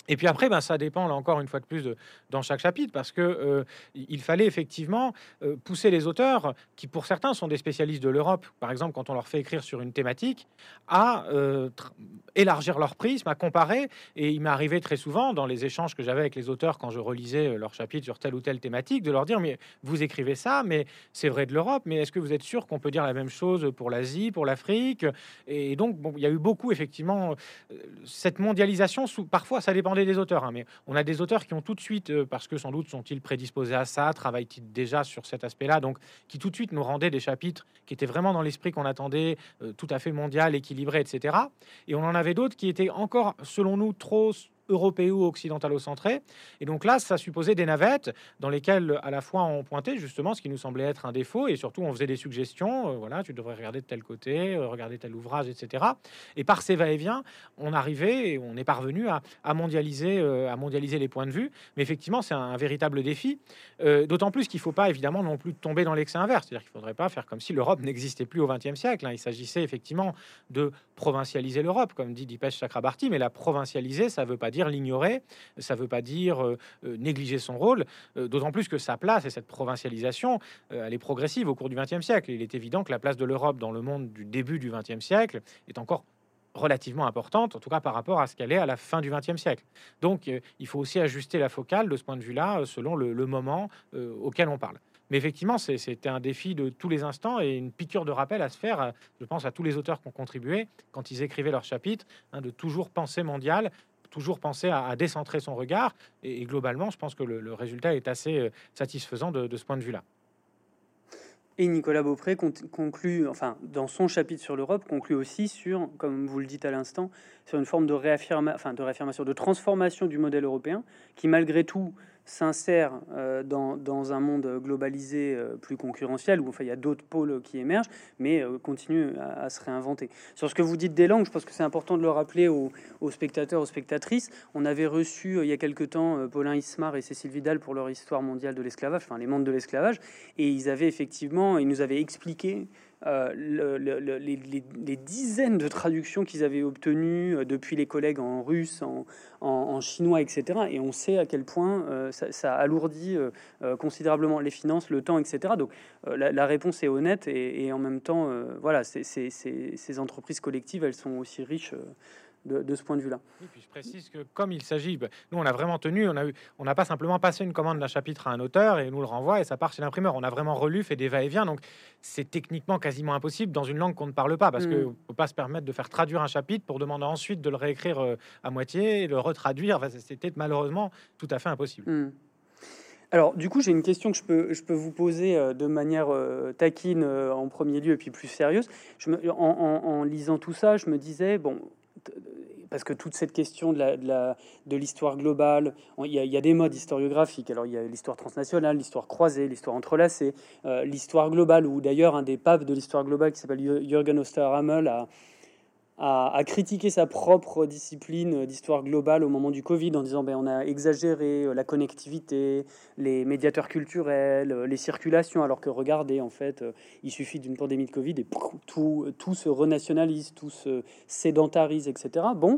Et puis après, ben, ça dépend là encore une fois de plus de, dans chaque chapitre, parce que euh, il fallait effectivement euh, pousser les auteurs, qui pour certains sont des spécialistes de l'Europe, par exemple quand on leur fait écrire sur une thématique, à euh, tr- élargir leur prisme, à comparer. Et il m'est arrivé très souvent dans les échanges que j'avais avec les auteurs quand je relisais euh, leur chapitre sur telle ou telle thématique, de leur dire, mais vous écrivez ça, mais c'est vrai de l'Europe, mais est-ce que vous êtes sûr qu'on peut dire la même chose pour l'Asie, pour l'Afrique? Et donc, bon, il y a eu beaucoup effectivement euh, cette mondialisation, sous, parfois ça dépendait des auteurs, hein, mais on a des auteurs qui ont tout de suite, euh, parce que sans doute sont-ils prédisposés à ça, travaillent-ils déjà sur cet aspect-là, donc qui tout de suite nous rendaient des chapitres qui étaient vraiment dans l'esprit qu'on attendait, euh, tout à fait mondial, équilibré, et cetera. Et on en avait d'autres qui étaient encore, selon nous, trop européo-occidentalo-centré. Et donc là, ça supposait des navettes dans lesquelles, à la fois, on pointait justement ce qui nous semblait être un défaut, et surtout, on faisait des suggestions. Euh, voilà, tu devrais regarder de tel côté, euh, regarder tel ouvrage, et cetera. Et par ces va-et-vient, on arrivait et on est parvenu à, à mondialiser, euh, à mondialiser les points de vue. Mais effectivement, c'est un, un véritable défi. Euh, D'autant plus qu'il ne faut pas, évidemment, non plus tomber dans l'excès inverse. C'est-à-dire qu'il ne faudrait pas faire comme si l'Europe n'existait plus au vingtième siècle, hein. Il s'agissait effectivement de provincialiser l'Europe, comme dit Dipesh Chakrabarty, mais la provincialiser, ça ne veut pas dire l'ignorer, ça ne veut pas dire euh, euh, négliger son rôle, euh, d'autant plus que sa place et cette provincialisation, euh, elle est progressive au cours du vingtième siècle. Il est évident que la place de l'Europe dans le monde du début du vingtième siècle est encore relativement importante, en tout cas par rapport à ce qu'elle est à la fin du vingtième siècle. Donc, euh, il faut aussi ajuster la focale de ce point de vue-là, euh, selon le, le moment euh, auquel on parle. Mais effectivement, c'est- c'était un défi de tous les instants et une piqûre de rappel à se faire, euh, je pense, à tous les auteurs qui ont contribué quand ils écrivaient leurs chapitres, hein, de toujours penser mondial, toujours penser à, à décentrer son regard. Et, et globalement, je pense que le, le résultat est assez euh, satisfaisant de, de ce point de vue-là. Et Nicolas Beaupré con- conclut, enfin, dans son chapitre sur l'Europe, conclut aussi sur, comme vous le dites à l'instant, sur une forme de, réaffirma, enfin, de réaffirmation, de transformation du modèle européen, qui malgré tout s'insère euh, dans, dans un monde globalisé euh, plus concurrentiel, où enfin, il y a d'autres pôles qui émergent, mais euh, continue à, à se réinventer. Sur ce que vous dites des langues, je pense que c'est important de le rappeler aux, aux spectateurs, aux spectatrices. On avait reçu euh, il y a quelque temps euh, Paulin Ismar et Cécile Vidal pour leur histoire mondiale de l'esclavage, enfin les mondes de l'esclavage, et ils avaient effectivement, ils nous avaient expliqué euh, le- le- le- les, les- les dizaines de traductions qu'ils avaient obtenues euh, depuis les collègues en russe, en, en- en chinois, et cetera. Et on sait à quel point euh, ça, ça alourdit euh, euh, considérablement les finances, le temps, et cetera. Donc euh, la, la réponse est honnête et, et en même temps, euh, voilà, c'est- c'est- c'est- ces entreprises collectives, elles sont aussi riches euh, de, de ce point de vue-là. Oui, puis je précise que comme il s'agit, bah, nous on a vraiment tenu, on a eu, on n'a pas simplement passé une commande d'un chapitre à un auteur et nous le renvoie et ça part chez l'imprimeur. On a vraiment relu, fait des va-et-vient, donc c'est techniquement quasiment impossible dans une langue qu'on ne parle pas, parce que Hmm. on peut pas se permettre de faire traduire un chapitre pour demander ensuite de le réécrire euh, à moitié et le retraduire. Enfin, c'était malheureusement tout à fait impossible. Hmm. Alors, du coup, j'ai une question que je peux, je peux vous poser euh, de manière euh, taquine euh, en premier lieu et puis plus sérieuse. Je me- en, en- en lisant tout ça, je me disais, bon, t- parce que toute cette question de la, de la- de l'histoire globale, on- il y, a, il y a des modes historiographiques. Alors, il y a l'histoire transnationale, l'histoire croisée, l'histoire entrelacée, euh, l'histoire globale, où d'ailleurs un des papes de l'histoire globale qui s'appelle Jür- Jürgen Osterhammel a, à, à critiquer sa propre discipline d'histoire globale au moment du Covid en disant ben, on a exagéré euh, la connectivité, les médiateurs culturels, euh, les circulations, alors que regardez, en fait, euh, il suffit d'une pandémie de Covid et pouf, tout, tout se renationalise, tout se sédentarise, et cetera. Bon,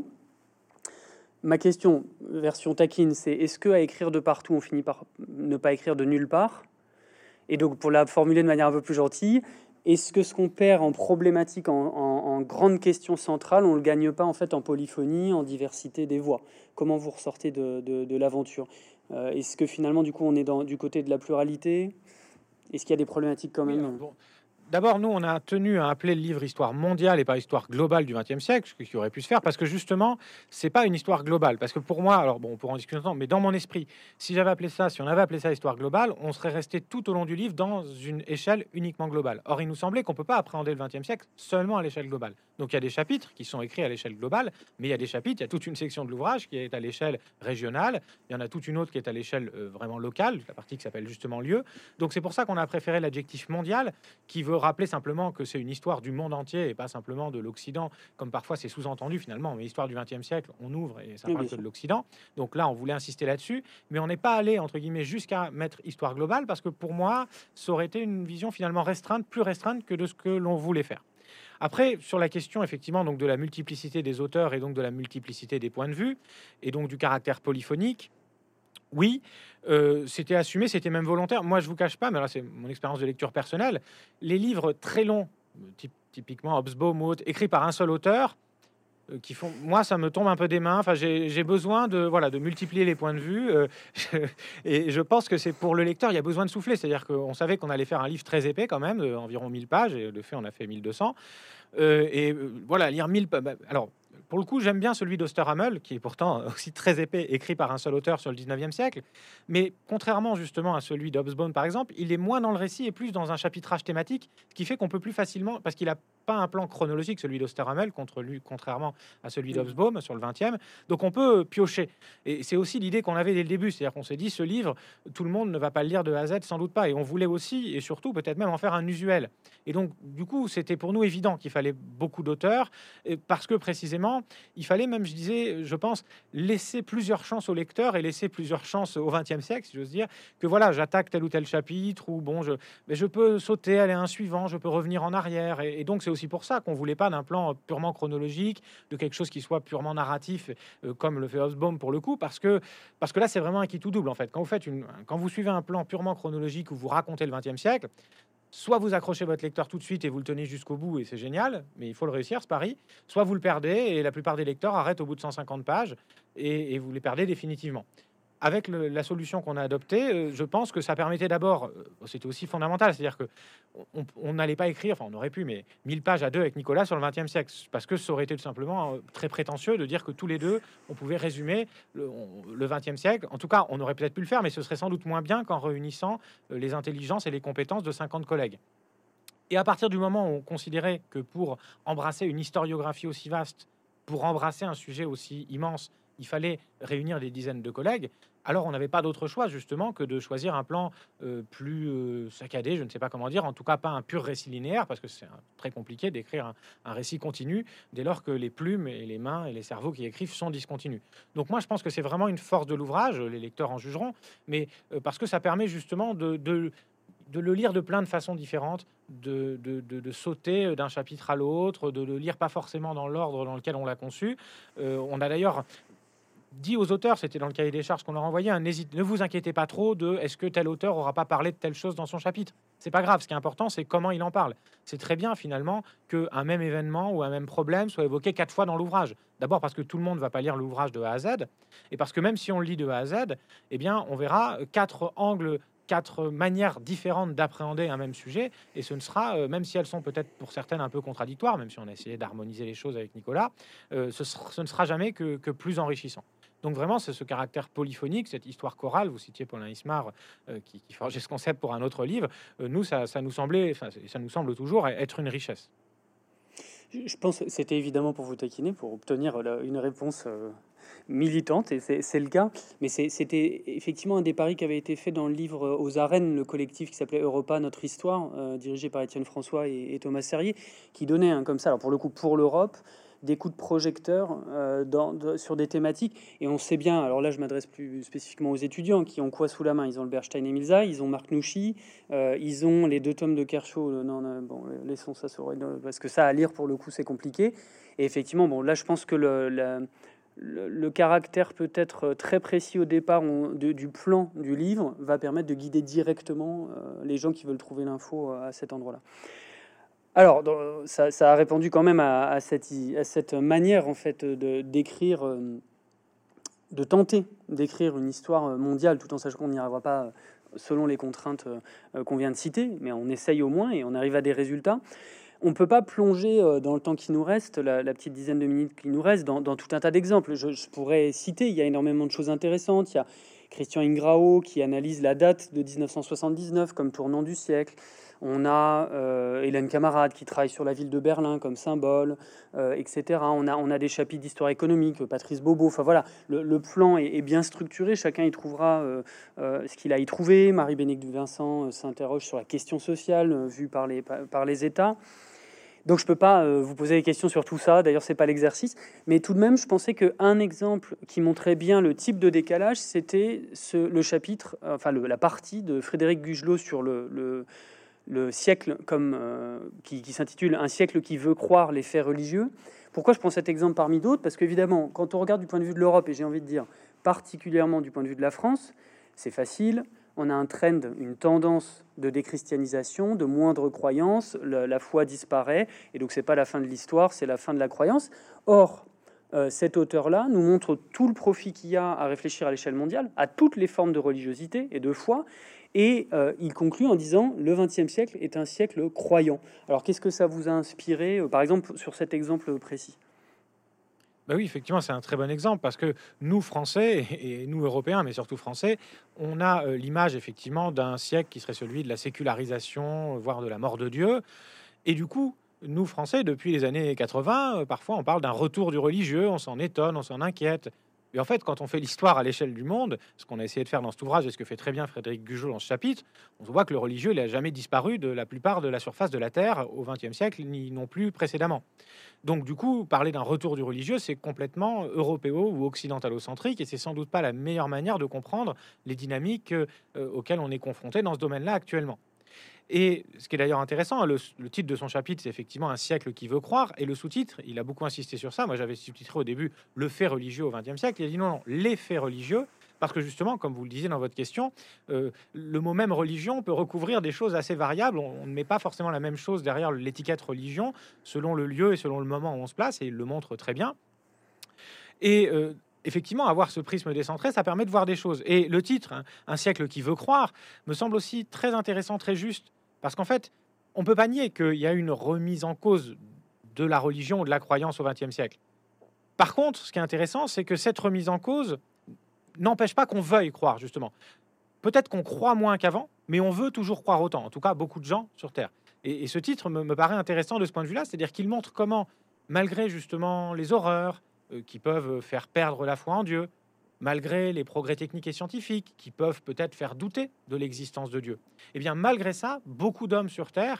ma question, version taquine, c'est est-ce que à écrire de partout, on finit par ne pas écrire de nulle part? Et donc, pour la formuler de manière un peu plus gentille, est-ce que ce qu'on perd en problématique, en, en- en grande question centrale, on le gagne pas en fait en polyphonie, en diversité des voix? Comment vous ressortez de, de- de l'aventure? Euh, Est-ce que finalement, du coup, on est dans, du côté de la pluralité? Est-ce qu'il y a des problématiques quand Oui, même? alors, bon, d'abord, nous, on a tenu à appeler le livre Histoire mondiale et pas Histoire globale du vingtième siècle, ce qui aurait pu se faire, parce que justement, c'est pas une histoire globale. Parce que pour moi, alors bon, on pourra en discuter longtemps, mais dans mon esprit, si j'avais appelé ça, si on avait appelé ça Histoire globale, on serait resté tout au long du livre dans une échelle uniquement globale. Or, il nous semblait qu'on peut pas appréhender le vingtième siècle seulement à l'échelle globale. Donc, il y a des chapitres qui sont écrits à l'échelle globale, mais il y a des chapitres, il y a toute une section de l'ouvrage qui est à l'échelle régionale, il y en a toute une autre qui est à l'échelle euh, vraiment locale, la partie qui s'appelle justement lieu. Donc, c'est pour ça qu'on a préféré l'adjectif mondial, qui veut rappeler simplement que c'est une histoire du monde entier et pas simplement de l'Occident, comme parfois c'est sous-entendu finalement. Mais l'histoire du vingtième siècle, on ouvre et ça Oui, parle bien que de sûr. l'Occident. Donc là, on voulait insister là-dessus, mais on n'est pas allé entre guillemets jusqu'à mettre histoire globale parce que pour moi, ça aurait été une vision finalement restreinte, plus restreinte que de ce que l'on voulait faire. Après, sur la question effectivement donc de la multiplicité des auteurs et donc de la multiplicité des points de vue et donc du caractère polyphonique, oui, heu, c'était assumé, c'était même volontaire. Moi, je vous cache pas, mais là, c'est mon expérience de lecture personnelle, les livres très longs, typ typiquement Hobsbawm ou autres, écrits par un seul auteur, heu, qui font moi, ça me tombe un peu des mains. Enfin, j'ai j'ai besoin de, voilà, de multiplier les points de vue, heu, je et je pense que c'est pour le lecteur, il y a besoin de souffler. C'est-à-dire qu'on savait qu'on allait faire un livre très épais quand même, heu, environ mille pages et de fait, on a fait mille deux cents. Heu et heu, voilà, lire mille pa bah, alors, pour le coup, j'aime bien celui d'Osterhammel, qui est pourtant aussi très épais, écrit par un seul auteur sur le dix-neuvième siècle. Mais contrairement justement à celui d'Hobsbawm, par exemple, il est moins dans le récit et plus dans un chapitrage thématique, ce qui fait qu'on peut plus facilement, parce qu'il a pas un plan chronologique, celui d'Osterhammel, contre lui, contrairement à celui Mmh. d'Hobsbawm sur le vingtième. Donc on peut piocher. Et c'est aussi l'idée qu'on avait dès le début, c'est-à-dire qu'on s'est dit, ce livre, tout le monde ne va pas le lire de A à Z, sans doute pas. Et on voulait aussi, et surtout, peut-être même en faire un usuel. Et donc, du coup, c'était pour nous évident qu'il fallait beaucoup d'auteurs, et parce que précisément, il fallait même, je disais, je pense, laisser plusieurs chances au lecteur et laisser plusieurs chances au vingtième siècle, si j'ose dire, que voilà, j'attaque tel ou tel chapitre, ou bon, je, mais je peux sauter, aller à un suivant, je peux revenir en arrière. Et, et donc, c'est aussi pour ça qu'on voulait pas d'un plan purement chronologique, de quelque chose qui soit purement narratif, euh, comme le fait Hobsbawm pour le coup, parce que, parce que là, c'est vraiment un qui tout double, en fait. Quand vous faites une, quand vous suivez un plan purement chronologique où vous racontez le vingtième siècle, soit vous accrochez votre lecteur tout de suite et vous le tenez jusqu'au bout et c'est génial, mais il faut le réussir ce pari, soit vous le perdez et la plupart des lecteurs arrêtent au bout de cent cinquante pages et, et vous les perdez définitivement. Avec le- la solution qu'on a adoptée, euh, je pense que ça permettait d'abord, euh, c'était aussi fondamental, c'est-à-dire que on on n'allait pas écrire, enfin on aurait pu, mais mille pages à deux avec Nicolas sur le vingtième siècle, parce que ça aurait été tout simplement euh, très prétentieux de dire que tous les deux, on pouvait résumer le, on- le vingtième siècle. En tout cas, on aurait peut-être pu le faire, mais ce serait sans doute moins bien qu'en réunissant euh, les intelligences et les compétences de cinquante collègues. Et à partir du moment où on considérait que pour embrasser une historiographie aussi vaste, pour embrasser un sujet aussi immense, il fallait réunir des dizaines de collègues, alors on n'avait pas d'autre choix justement que de choisir un plan euh, plus euh, saccadé, je ne sais pas comment dire, en tout cas pas un pur récit linéaire, parce que c'est un- très compliqué d'écrire un, un récit continu dès lors que les plumes et les mains et les cerveaux qui écrivent sont discontinus. Donc moi je pense que c'est vraiment une force de l'ouvrage, les lecteurs en jugeront, mais euh, parce que ça permet justement de, de de le lire de plein de façons différentes, de, de, de- de sauter d'un chapitre à l'autre, de le lire pas forcément dans l'ordre dans lequel on l'a conçu. Euh, on a d'ailleurs dit aux auteurs, c'était dans le cahier des charges qu'on leur envoyait, hein, n'hésite- ne vous inquiétez pas trop de est-ce que tel auteur aura pas parlé de telle chose dans son chapitre. C'est pas grave, ce qui est important, c'est comment il en parle. C'est très bien finalement qu'un même événement ou un même problème soit évoqué quatre fois dans l'ouvrage. D'abord parce que tout le monde va pas lire l'ouvrage de A à Z, et parce que même si on le lit de A à Z, eh bien on verra quatre angles, quatre manières différentes d'appréhender un même sujet, et ce ne sera, euh, même si elles sont peut-être pour certaines un peu contradictoires, même si on a essayé d'harmoniser les choses avec Nicolas, euh, ce, sera- ce ne sera jamais que, que plus enrichissant. Donc vraiment, c'est ce caractère polyphonique, cette histoire chorale. Vous citiez Paulin Ismar, euh, qui, qui forgeait ce concept pour un autre livre. Euh, nous, ça, ça nous semblait, enfin, ça nous semble toujours être une richesse. Je je pense que c'était évidemment pour vous taquiner, pour obtenir là, une réponse euh, militante, et c'est c'est le cas. Mais c'est- c'était effectivement un des paris qui avait été fait dans le livre euh, Aux Arènes, le collectif qui s'appelait Europa, notre histoire, euh, dirigé par Étienne François et, et Thomas Serrier, qui donnait hein, comme ça, alors pour le coup pour l'Europe, des coups de projecteur euh, dans, de- sur des thématiques. Et on sait bien, alors là je m'adresse plus spécifiquement aux étudiants qui ont quoi sous la main. Ils ont le Bernstein et Milza, ils ont Marc Nouchy, euh, ils ont les deux tomes de Kershaw. euh, Non, non, bon, laissons ça sur, parce que ça à lire pour le coup c'est compliqué. Et effectivement, bon là je pense que le, la- le, le caractère peut-être très précis au départ on- de- du plan du livre va permettre de guider directement euh, les gens qui veulent trouver l'info euh, à cet endroit-là. Alors, dans- ça, ça a répondu quand même à, à cette, i- à cette manière en fait de d'écrire, euh, de tenter d'écrire une histoire mondiale, tout en sachant qu'on n'y arrivera pas euh, selon les contraintes euh, qu'on vient de citer, mais on essaye au moins et on arrive à des résultats. On ne peut pas plonger euh, dans le temps qui nous reste, la, la petite dizaine de minutes qui nous reste, dans, dans tout un tas d'exemples. Je, je pourrais citer, il y a énormément de choses intéressantes. Il y a Christian Ingrao qui analyse la date de mille neuf cent soixante-dix-neuf comme tournant du siècle. On a euh, Hélène Camarade qui travaille sur la ville de Berlin comme symbole, euh, et cetera. On a, on a des chapitres d'histoire économique, Patrice Bobo. Enfin voilà, le, le plan est, est bien structuré. Chacun y trouvera euh, euh, ce qu'il a y trouvé. Marie-Bénédicte Vincent euh, s'interroge sur la question sociale euh, vue par les, par, par les États. Donc je peux pas euh, vous poser des questions sur tout ça. D'ailleurs, c'est pas l'exercice. Mais tout de même, je pensais qu'un exemple qui montrait bien le type de décalage, c'était ce, le chapitre, euh, enfin le- la partie de Frédéric Gugelot sur le, le- le siècle comme, euh, qui, qui s'intitule « Un siècle qui veut croire les faits religieux ». Pourquoi je prends cet exemple parmi d'autres? Parce qu'évidemment, quand on regarde du point de vue de l'Europe, et j'ai envie de dire particulièrement du point de vue de la France, c'est facile. On a un trend, une tendance de déchristianisation, de moindre croyance, la, la foi disparaît, et donc c'est pas la fin de l'histoire, c'est la fin de la croyance. Or, euh, cet auteur-là nous montre tout le profit qu'il y a à réfléchir à l'échelle mondiale, à toutes les formes de religiosité et de foi, et euh, il conclut en disant « Le vingtième siècle est un siècle croyant ». Alors qu'est-ce que ça vous a inspiré, euh, par exemple, sur cet exemple précis? Bah oui, effectivement, c'est un très bon exemple parce que nous, Français, et et nous, Européens, mais surtout Français, on a euh, l'image effectivement d'un siècle qui serait celui de la sécularisation, euh, voire de la mort de Dieu. Et du coup, nous, Français, depuis les années quatre-vingts, euh, parfois on parle d'un retour du religieux, on s'en étonne, on s'en inquiète. Et en fait, quand on fait l'histoire à l'échelle du monde, ce qu'on a essayé de faire dans cet ouvrage et ce que fait très bien Frédéric Gugeot dans ce chapitre, on voit que le religieux n'a jamais disparu de la plupart de la surface de la Terre au vingtième siècle, ni non plus précédemment. Donc, du coup, parler d'un retour du religieux, c'est complètement européo ou occidentalocentrique, et c'est sans doute pas la meilleure manière de comprendre les dynamiques euh, auxquelles on est confronté dans ce domaine-là actuellement. Et ce qui est d'ailleurs intéressant, le, le titre de son chapitre, c'est effectivement Un siècle qui veut croire, et le sous-titre, il a beaucoup insisté sur ça. Moi, j'avais sous-titré au début Le fait religieux au vingtième siècle. Il a dit non, non, les faits religieux, parce que justement, comme vous le disiez dans votre question, euh, le mot même religion peut recouvrir des choses assez variables. On, on ne met pas forcément la même chose derrière l'étiquette religion, selon le lieu et selon le moment où on se place, et il le montre très bien. Et euh, effectivement, avoir ce prisme décentré, ça permet de voir des choses. Et le titre, hein, Un siècle qui veut croire, me semble aussi très intéressant, très juste, parce qu'en fait, on peut pas nier qu'il y a une remise en cause de la religion ou de la croyance au vingtième siècle. Par contre, ce qui est intéressant, c'est que cette remise en cause n'empêche pas qu'on veuille croire, justement. Peut-être qu'on croit moins qu'avant, mais on veut toujours croire autant. En tout cas, beaucoup de gens sur Terre. Et, et ce titre me, me paraît intéressant de ce point de vue-là, c'est-à-dire qu'il montre comment, malgré justement les horreurs euh, qui peuvent faire perdre la foi en Dieu, malgré les progrès techniques et scientifiques qui peuvent peut-être faire douter de l'existence de Dieu, eh bien, malgré ça, beaucoup d'hommes sur Terre,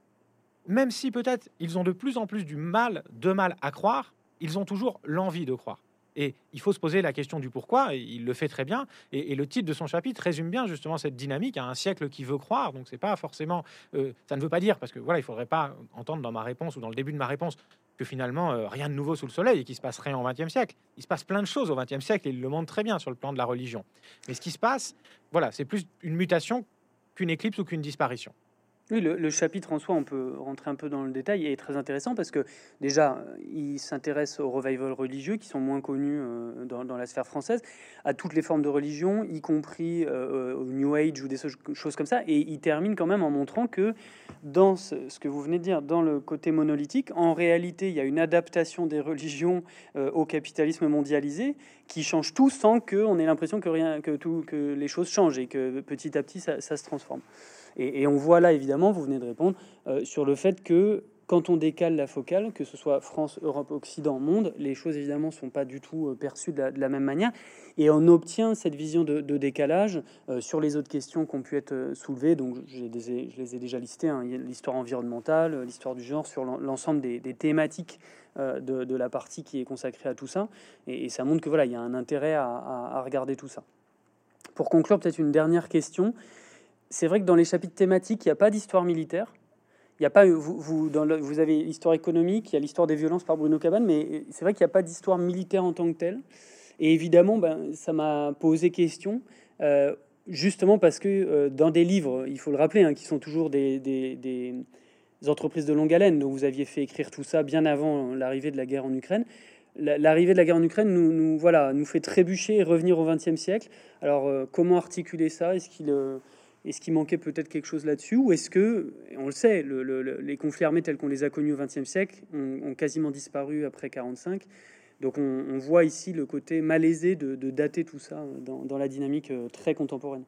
même si peut-être ils ont de plus en plus du mal, de mal à croire, ils ont toujours l'envie de croire. Et il faut se poser la question du pourquoi, et il le fait très bien. Et, et le titre de son chapitre résume bien justement cette dynamique à un siècle qui veut croire. Donc c'est pas forcément, euh, ça ne veut pas dire, parce que voilà, il faudrait pas entendre dans ma réponse ou dans le début de ma réponse que finalement euh, rien de nouveau sous le soleil et qu'il se passe rien au vingtième siècle. Il se passe plein de choses au vingtième siècle et il le montre très bien sur le plan de la religion. Mais ce qui se passe, voilà, c'est plus une mutation qu'une éclipse ou qu'une disparition. Oui, le, le chapitre en soi, on peut rentrer un peu dans le détail, est très intéressant parce que déjà, euh, il s'intéresse aux revivals religieux qui sont moins connus euh, dans, dans la sphère française, à toutes les formes de religion, y compris euh, au New Age ou des so- choses comme ça. Et il termine quand même en montrant que dans ce, ce que vous venez de dire, dans le côté monolithique, en réalité, il y a une adaptation des religions euh, au capitalisme mondialisé qui change tout sans qu'on ait l'impression que, rien, que, tout, que les choses changent et que petit à petit, ça, ça se transforme. Et, et on voit là, évidemment, vous venez de répondre, euh, sur le fait que quand on décale la focale, que ce soit France, Europe, Occident, monde, les choses, évidemment, ne sont pas du tout euh, perçues de la, de la même manière. Et on obtient cette vision de, de décalage euh, sur les autres questions qui ont pu être euh, soulevées. Donc, je les ai, je les ai déjà listées, hein. Il y a l'histoire environnementale, l'histoire du genre, sur l'ensemble des, des thématiques euh, de, de la partie qui est consacrée à tout ça. Et, et ça montre que voilà, il y a un intérêt à, à, à regarder tout ça. Pour conclure, peut-être une dernière question. C'est vrai que dans les chapitres thématiques, il n'y a pas d'histoire militaire. Il y a pas, vous, vous, dans le, vous avez l'histoire économique, il y a l'histoire des violences par Bruno Cabane, mais c'est vrai qu'il n'y a pas d'histoire militaire en tant que telle. Et évidemment, ben, ça m'a posé question, euh, justement parce que euh, dans des livres, il faut le rappeler, hein, qui sont toujours des, des, des entreprises de longue haleine, dont vous aviez fait écrire tout ça bien avant l'arrivée de la guerre en Ukraine. L'arrivée de la guerre en Ukraine nous, nous, voilà, nous fait trébucher et revenir au vingtième siècle. Alors, euh, comment articuler ça? Est-ce qu'il... Euh, Est-ce qu'il manquait peut-être quelque chose là-dessus? Ou est-ce que, on le sait, le, le, les conflits armés tels qu'on les a connus au vingtième siècle ont, ont quasiment disparu après quarante-cinq. Donc on, on voit ici le côté malaisé de, de dater tout ça dans, dans la dynamique très contemporaine.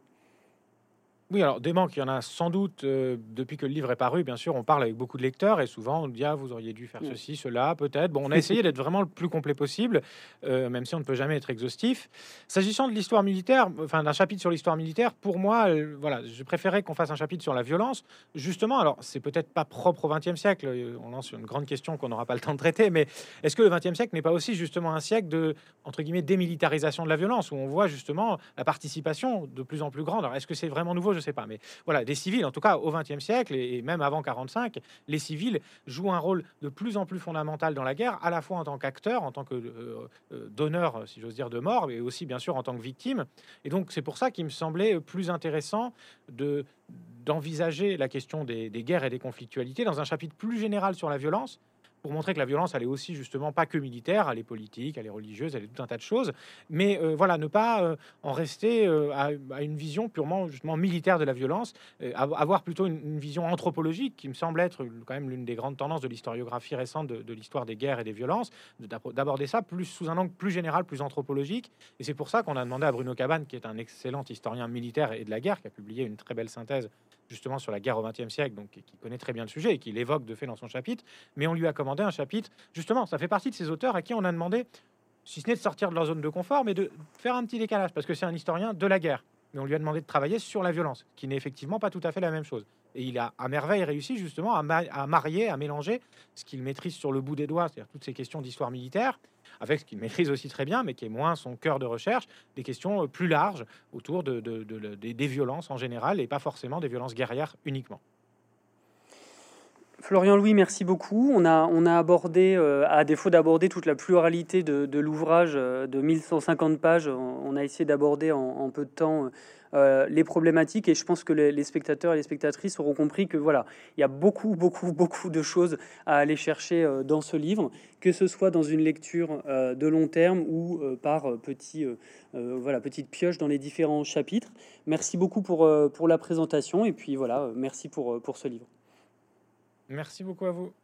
Oui, alors des manques, il y en a sans doute euh, depuis que le livre est paru. Bien sûr, on parle avec beaucoup de lecteurs et souvent on dit ah vous auriez dû faire Ouais. ceci, cela, peut-être. Bon, on a essayé d'être vraiment le plus complet possible, euh, même si on ne peut jamais être exhaustif. S'agissant de l'histoire militaire, enfin d'un chapitre sur l'histoire militaire, pour moi, euh, voilà, je préférais qu'on fasse un chapitre sur la violence. Justement, alors c'est peut-être pas propre au vingtième siècle. euh, On lance une grande question qu'on n'aura pas le temps de traiter, mais est-ce que le vingtième siècle n'est pas aussi justement un siècle de entre guillemets démilitarisation de la violence où on voit justement la participation de plus en plus grande. Alors est-ce que c'est vraiment nouveau? Je sais pas. Mais voilà, des civils, en tout cas au vingtième siècle et, et même avant quarante-cinq, les civils jouent un rôle de plus en plus fondamental dans la guerre, à la fois en tant qu'acteurs, en tant que euh, euh, donneurs, si j'ose dire, de mort, mais aussi bien sûr en tant que victimes. Et donc c'est pour ça qu'il me semblait plus intéressant de d'envisager la question des, des guerres et des conflictualités dans un chapitre plus général sur la violence, pour montrer que la violence, elle est aussi justement pas que militaire, elle est politique, elle est religieuse, elle est tout un tas de choses. Mais euh, voilà, ne pas euh, en rester euh, à, à une vision purement justement militaire de la violence, euh, av- avoir plutôt une, une vision anthropologique qui me semble être quand même l'une des grandes tendances de l'historiographie récente de, de l'histoire des guerres et des violences, de- d'ab- d'aborder ça plus sous un angle plus général, plus anthropologique. Et c'est pour ça qu'on a demandé à Bruno Cabane, qui est un excellent historien militaire et de la guerre, qui a publié une très belle synthèse justement sur la guerre au vingtième siècle, donc qui qui connaît très bien le sujet et qui l'évoque de fait dans son chapitre, mais on lui a commandé un chapitre. Justement, ça fait partie de ces auteurs à qui on a demandé, si ce n'est de sortir de leur zone de confort, mais de faire un petit décalage, parce que c'est un historien de la guerre. Mais on lui a demandé de travailler sur la violence, qui n'est effectivement pas tout à fait la même chose. Et il a à merveille réussi justement à, ma- à marier, à mélanger ce qu'il maîtrise sur le bout des doigts, c'est-à-dire toutes ces questions d'histoire militaire, avec ce qu'il maîtrise aussi très bien, mais qui est moins son cœur de recherche, des questions euh, plus larges autour de, de- de- de- des des violences en général, et pas forcément des violences guerrières uniquement. Florian Louis, merci beaucoup. On a, on a abordé, euh, à défaut d'aborder toute la pluralité de, de l'ouvrage euh, de mille cent cinquante pages, on, on a essayé d'aborder en, en peu de temps euh, les problématiques et je pense que les, les spectateurs et les spectatrices auront compris que voilà, il y a beaucoup, beaucoup, beaucoup de choses à aller chercher euh, dans ce livre, que ce soit dans une lecture euh, de long terme ou euh, par euh, petits, euh, euh, voilà, petites pioches dans les différents chapitres. Merci beaucoup pour, euh, pour la présentation et puis voilà, euh, merci pour, euh, pour ce livre. Merci beaucoup à vous.